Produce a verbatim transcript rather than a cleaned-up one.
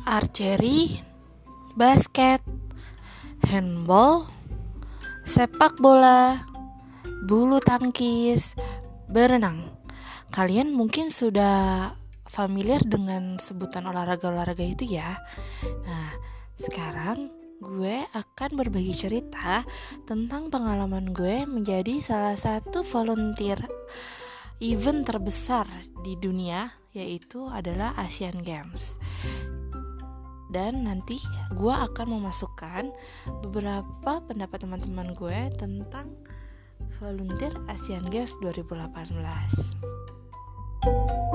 archery, basket, handball, sepak bola, bulu tangkis, berenang. Kalian mungkin sudah familiar dengan sebutan olahraga-olahraga itu ya. Nah, sekarang gue akan berbagi cerita tentang pengalaman gue menjadi salah satu volunteer event terbesar di dunia, yaitu adalah Asian Games. Dan nanti gue akan memasukkan beberapa pendapat teman-teman gue tentang volunteer Asian Games dua ribu delapan belas.